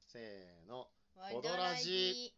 せーの。 ワイドラジ。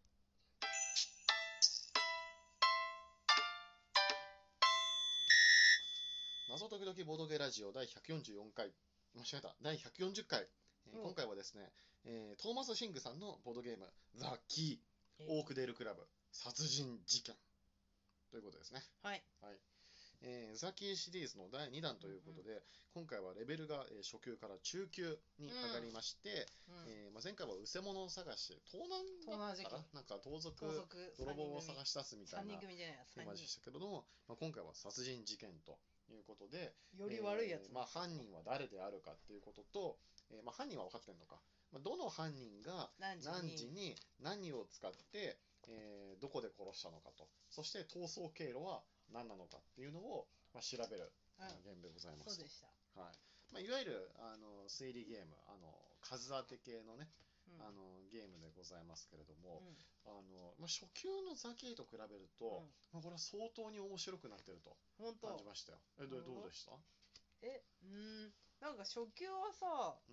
謎解きどきボードゲーラジオ第144回。間違えた。第140回。今回はですね、トーマス・シングさんのボードゲーム、ザ・キー、オークデールクラブ、殺人事件。ということですね。 はい。 ザ・キーシリーズの第2弾ということで、今回はレベルが初級から中級に上がりまして、前回はうせ者探し、盗難だったかな、なんか盗賊、泥棒を探し出すみたいなテーマでしたけれども、今回は殺人事件ということで、 より悪いやつ、 犯人は誰であるかっていうことと、犯人は分かってんのか、どの犯人が何時に何を使って、どこで殺したのかと、そして逃走経路は何なのかっていうのを、調べるゲームでございます。 そうでした。 いわゆる推理ゲーム、数当て系のね、ゲームでございますけれども、初級のザ・キーと比べると、これは相当に面白くなってると感じましたよ。どうでした？ なんか初級はさ、 うん、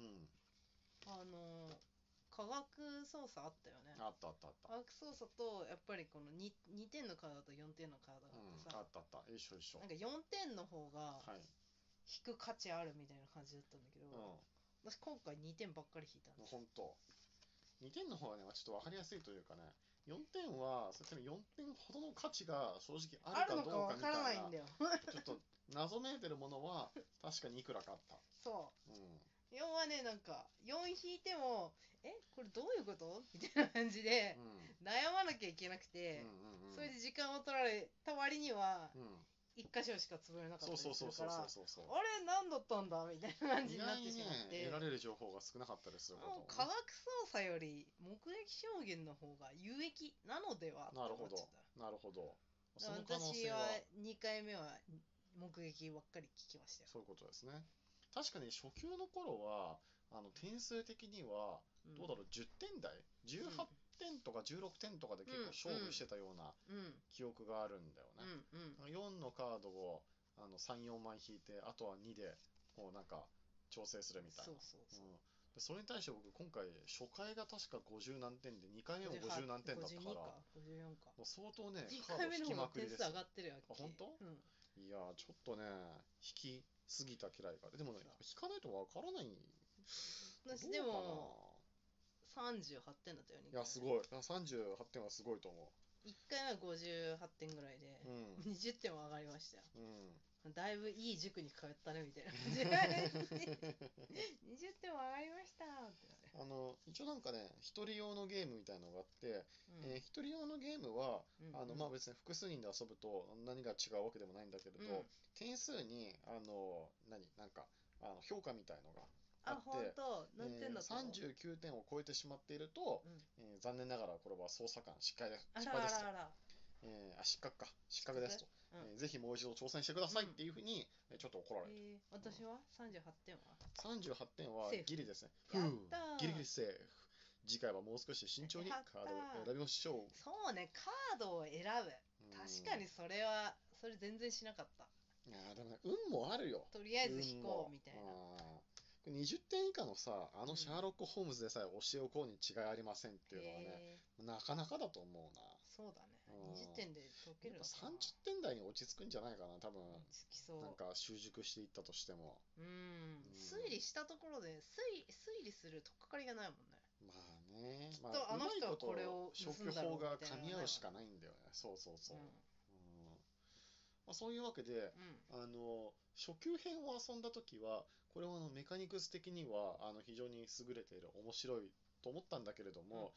科学操作あったよね。 あった。 科学操作と、やっぱりこの 2点のカードと4点のカードがあってさ、 あった。一緒。 なんか4点の方が引く価値あるみたいな感じだったんだけど、私今回2点ばっかり引いたんです。 ほんと。2点の方がね、ちょっと分かりやすいというかね、4点は、それ4点ほどの価値が正直あるかどうかみたいな、ちょっと謎めいてるものは確かにいくらかあった。 そう。4はね、なんか、4引いても、これどういうことみたいな感じで、悩まなきゃいけなくて、それで時間を取られた割には、1箇所しか潰れなかったりするから、あれ何だったんだみたいな感じになってしまって、 得られる情報が少なかったりすることも、 科学操作より目撃証言の方が有益なのではって思っちゃった。 なるほど。その可能私性はは2回目は目撃ばっかり聞きましたよ。 そういうことですね。確かに初級の頃は点数的にはどうだろう、10点台18点とか16点とかで結構勝負してたような記憶があるんだよね。4のカードを3、4枚引いて、あとは2でこうなんか調整するみたいな。それに対して僕今回初回が確か50何点で2回目も50何点だったから、もう相当ねカード引きまくりですよ。 2回目の方が点数上がってるよ。 本当？いやちょっとね引きすぎた嫌いがでもね、引かないとわからない。 私でも38点だったよね。 いやすごい、38点はすごいと思う。 1回目は58点ぐらいで、20点は上がりましたよ。だいぶいい塾に通ったねみたいな感じで20点は上がりましたって一応なんかね一人用のゲームみたいのがあって、一人用のゲームは、別に複数人で遊ぶと何が違うわけでもないんだけれど、点数になんか評価みたいのがあって、39点を超えてしまっていると、残念ながらこれは捜査官失敗ですと、失格ですと、ぜひもう一度挑戦してくださいっていうふうにちょっと怒られる。 私は38点は 38点はギリですね。ギリギリセーフ。次回はもう少し慎重にカードを選びましょう。 そうね、カードを選ぶ。確かにそれ全然しなかった。 いやでもね、運もあるよ。 とりあえず引こうみたいな。 20点以下のさ、シャーロック・ホームズでさえ教えをこうに違いありませんっていうのはね、なかなかだと思うな。 そうだね。20点で解けるのかな。 30点台に落ち着くんじゃないかな、多分。 つきそう。 なんか習熟していったとしても。 推理したところで推理するとっかかりがないもんね。 あの人はこれを消去法が噛み合うしかないんだよね。そうそういうわけで、初級編を遊んだ時はこれはメカニクス的には非常に優れている、面白いと思ったんだけれども、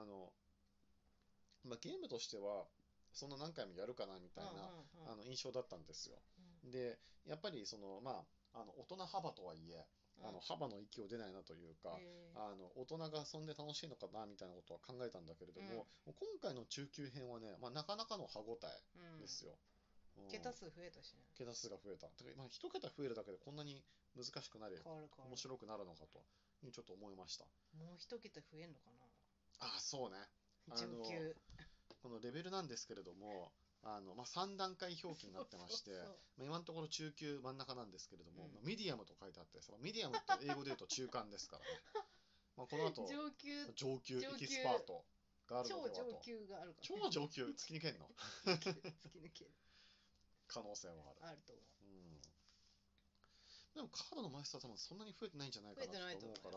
ゲームとしてはそんな何回もやるかなみたいな印象だったんですよ。でやっぱり大人幅とはいえ幅の域を出ないなというか、大人が遊んで楽しいのかなみたいなことは考えたんだけれども、今回の中級編はね、なかなかの歯応えですよ。 桁数増えたしね。 桁数が増えた。一桁増えるだけでこんなに難しくなり面白くなるのかとちょっと思いました。 もう一桁増えんのかな。 そうね。 中級このレベルなんですけれども、3段階表記になってまして今のところ中級真ん中なんですけれども、ミディアムと書いてあって、ミディアムって英語で言うと中間ですからね。 まあ、この後、 上級上級エキスパートがあるのではと。 超上級があるから、 超上級突き抜けんの突き抜ける可能性はある。 あると思う。 でもカードの枚数は多分そんなに増えてないんじゃないかなと思うから、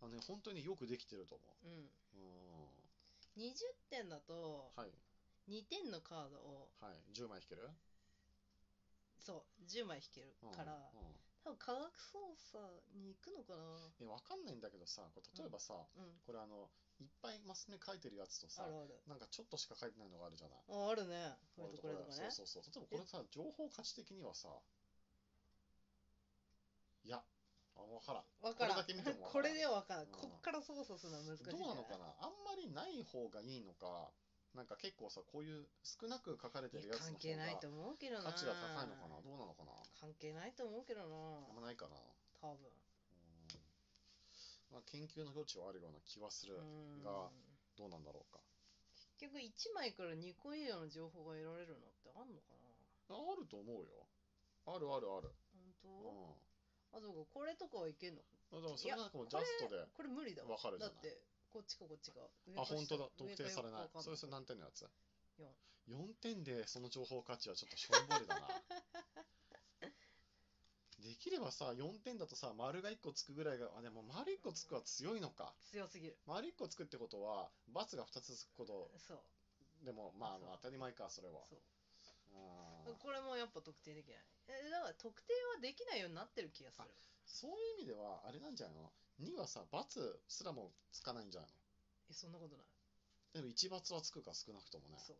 本当によくできてると思う。 20点だと、 はい。 2点のカードを、 はい、10枚引ける？ そう、10枚引けるから、多分科学操作に行くのかな。 わかんないんだけどさ、これ例えばさ、これいっぱいマス目書いてるやつとさ、なんかちょっとしか書いてないのがあるじゃない。 あるね。これとこれとかね。 そうそうそう。例えばこれさ、情報価値的にはさ、いや、わからん。 わからん。 これだけ見てもわこからん。 れではわからん。こっから操作するのは難しい。 どうなのかな、あんまりない方がいいのか、なんか結構さ、こういう少なく書かれてるやつの方が関係ないと思うけどな。 価値が高いのかな、どうなのかな。 関係ないと思うけどな。 あんまないかな。 多分。 まあ、研究の余地はあるような気はするが、どうなんだろうか。 結局1枚から2個以上の情報が得られるのってあんのかな。 あると思うよ。あるあるある。 本当？あ、そうか、これとかはいけんの？ だからそれなんかもうジャストでこれ無理だわ。 わかるじゃない。 だってこっちかこっちか。 あ、本当だ。特定されない。それ何点のやつ？ 4 点でその情報価値はちょっとしょんぼりだな。できればさ、4点だとさ、丸が1個つくぐらいが、でも丸1個つくは強いのか。 強すぎる。 丸1個つくってことは、×が2つつくこと。 そう。 でも、まあ当たり前か、それは。そう。 これもやっぱ特定できない。だから特定はできないようになってる気がする。 そういう意味では、あれなんじゃないの？ 2 はさ、×すらもつかないんじゃないの？ そんなことない。 でも1×はつくか、少なくともね。そう。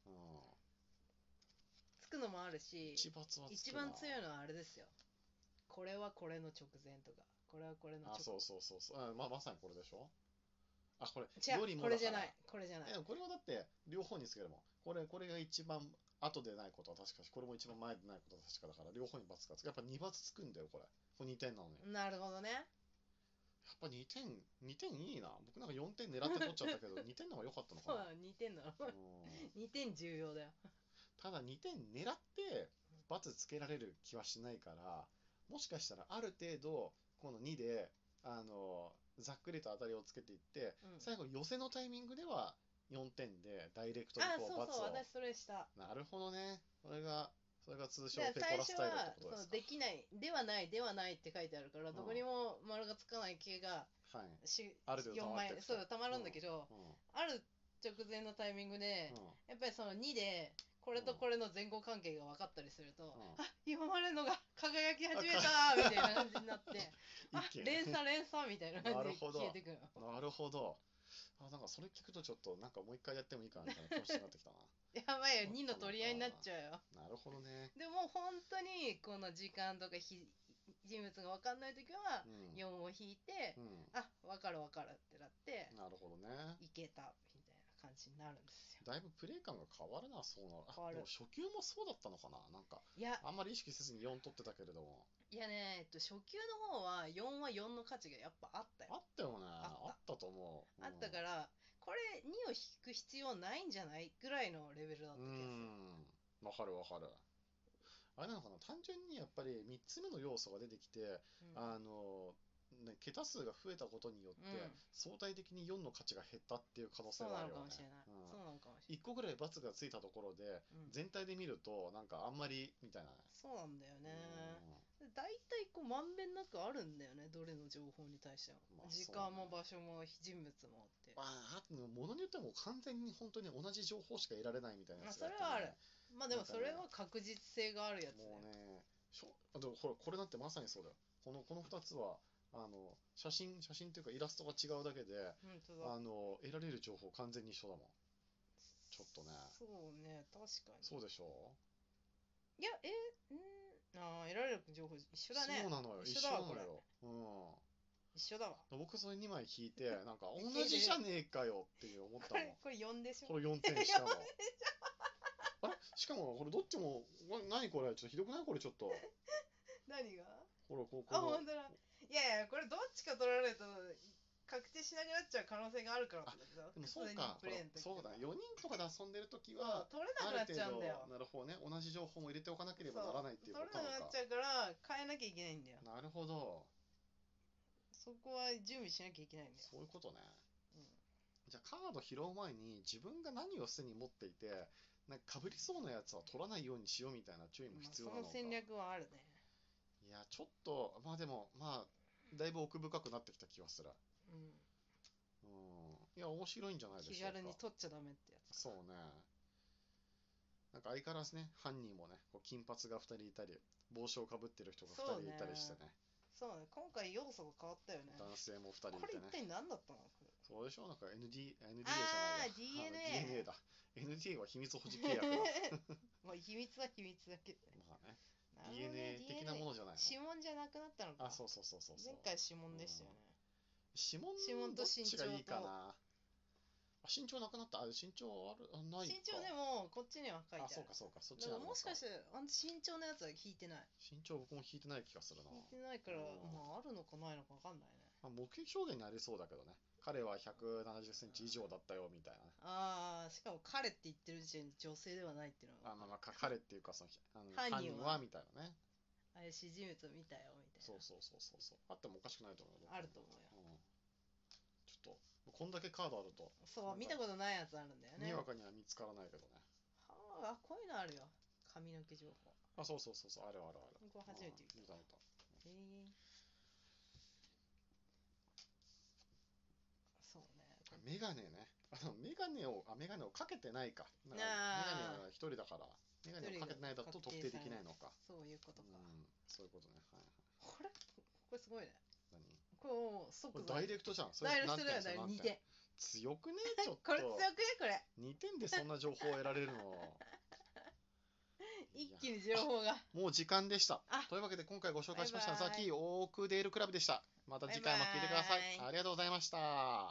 つくのもあるし、 1×はつくな。 一番強いのはあれですよ。これはこれの直前とか、これはこれの直前。 そうそうそうそう。まさにこれでしょ？これ、 よりもこれじゃない。これじゃない。 これはだって、両方につけるもん。これが一番後でないことは確かし、これも一番前でないことは確かだから、両方に×がつく。やっぱ2×つくんだよ、これ。これ2点なのに。 なるほどね。やっぱ2点いいな。僕なんか4点狙って取っちゃったけど、2点の方が良かったのかな。 そうだ、2点なの。2点重要だよ。 ただ2点狙って×つけられる気はしないから、もしかしたらある程度、この2で、ざっくりと当たりをつけていって、最後寄せのタイミングでは4点でダイレクトにこう×を。 そう、私それした。 なるほどね。それが通称ペコラスタイルってことですか。 できない、ではないって書いてあるから、どこにも丸がつかない系が、 ある程度 4枚、そうたまるんだけど、ある直前のタイミングで、やっぱりその2で、これとこれの前後関係が分かったりすると、今までのが輝き始めたみたいな感じになって、連鎖みたいな感じで消えてくる。 なるほど。なんかそれ聞くとちょっとなんかもう一回やってもいいかなみたいな気持ちになってきたな。 やばいよ、2の取り合いになっちゃうよ。 なるほどね。 でも本当にこの時間とか人物が分かんないときは4を引いて、分かるってなって、 なるほどね。 いけたみたいな感じになるんですよ。 だいぶプレイ感が変わるな、そうなる。でも初級もそうだったのかな、なんか。あんまり意識せずに4取ってたけれども。 いやね、初級の方は4は4の価値がやっぱあったよ。 あったよね。あったと思う。 あったから、これ2を引く必要ないんじゃないぐらいのレベルだった気がする。 わかるわかる。あれなのかな、単純にやっぱり3つ目の要素が出てきて、桁数が増えたことによって、相対的に4の価値が減ったっていう可能性はあるよね。 そうなのかもしれない。 1個ぐらい×がついたところで、全体で見るとなんかあんまりみたいなね。 そうなんだよね。大体こうまんべんなくあるんだよね、どれの情報に対しても。時間も場所も人物もって。 あとものによってはもう完全に本当に同じ情報しか得られないみたいなやつがあって、ね。それはある。まあでもそれは確実性があるやつだよ。 もうね、でもこれだってまさにそうだよ。この2つは写真というかイラストが違うだけで、得られる情報完全に一緒だもん。ちょっとね。 そうね、確かに。 そうでしょ？ いや、得られる情報一緒だね。 そうなのよ。一緒なのよ。 一緒だわ。 僕それ2枚引いて、なんか同じじゃねえかよって思ったもん。 これ4でしょ？ これ4点しかも。あれしかもこれどっちも、何これちょっとひどくないこれちょっと。 何が？ ほら、こあ、ほんとだ。いやいや、これどっちか取られると確定しなくなっちゃう可能性があるからってことだ。 でもそうか、そうだ、4人とかで遊んでるときは、 取れなくなっちゃうんだよ。 なるほどね、同じ情報も入れておかなければならないっていうことか。 取れなくなっちゃうから変えなきゃいけないんだよ。 なるほど。 そこは準備しなきゃいけないんだよ。 そういうことね。 うん。 じゃあカード拾う前に自分が何をすでに持っていて、なんか被りそうなやつは取らないようにしようみたいな注意も必要なのか。 その戦略はあるね。 いや、ちょっと、まあでも、まあ、だいぶ奥深くなってきた気がする。 うん。 うん。いや、面白いんじゃないでしょうか。 気軽に取っちゃダメってやつ。 そうね。なんか相変わらずね、犯人もね、こう金髪が2人いたり、帽子をかぶってる人が2人いたりしてね。 そうね、今回要素が変わったよね。 男性も2人いてね。 これ一体何だったの？ そうでしょ、なんか NDA じゃないや。 DNA。 DNA だ。NDA は秘密保持契約だ。 まあ秘密は秘密だけどね。 まあね。 なるほどね DNA 的なものじゃないの。 指紋じゃなくなったのか。 あ、そうそうそうそう。 前回指紋でしたよね。 指紋とどっちがいいかな。身長なくなった。身長あるないか。 身長でもこっちには書いてある。 あ、そうかそうか。そっちだなのか。 からもしかして身長のやつは引いてない。 身長僕も引いてない気がするな。 引いてないから、まああるのかないのか分かんないね。 まあ、目撃証言になりそうだけどね。彼は170センチ以上だったよみたいなね。 ああ、しかも彼って言ってる時点で女性ではないっていうのは。 まあ彼っていうか犯人はみたいなね。 怪しい人物を見たよみたいな。 そうそうそうそうそう。あってもおかしくないと思う。 あると思うよ。 ちょっとこんだけカードあると。 そう見たことないやつあるんだよね。 にわかには見つからないけどね。 はあ、こういうのあるよ。髪の毛情報。 あ、そうそうそうそう、あるあるある。 これ初めて見た。 見た。 そうね。 メガネね。メガネをかけてないか。メガネは一人だから、メガネをかけてないだと特定できないのか。 そういうことか。 そういうことね。はいはい。これすごいね。 何これもう即ダイレクトじゃん。 ダイレクトだよね。2点。 強くねちょっと。 これ強くねこれ。 2点でそんな情報を得られるの。 一気に情報が。 もう時間でした。というわけで今回ご紹介しましたザキーオークデールクラブでした。また次回も聞いてください。ありがとうございました。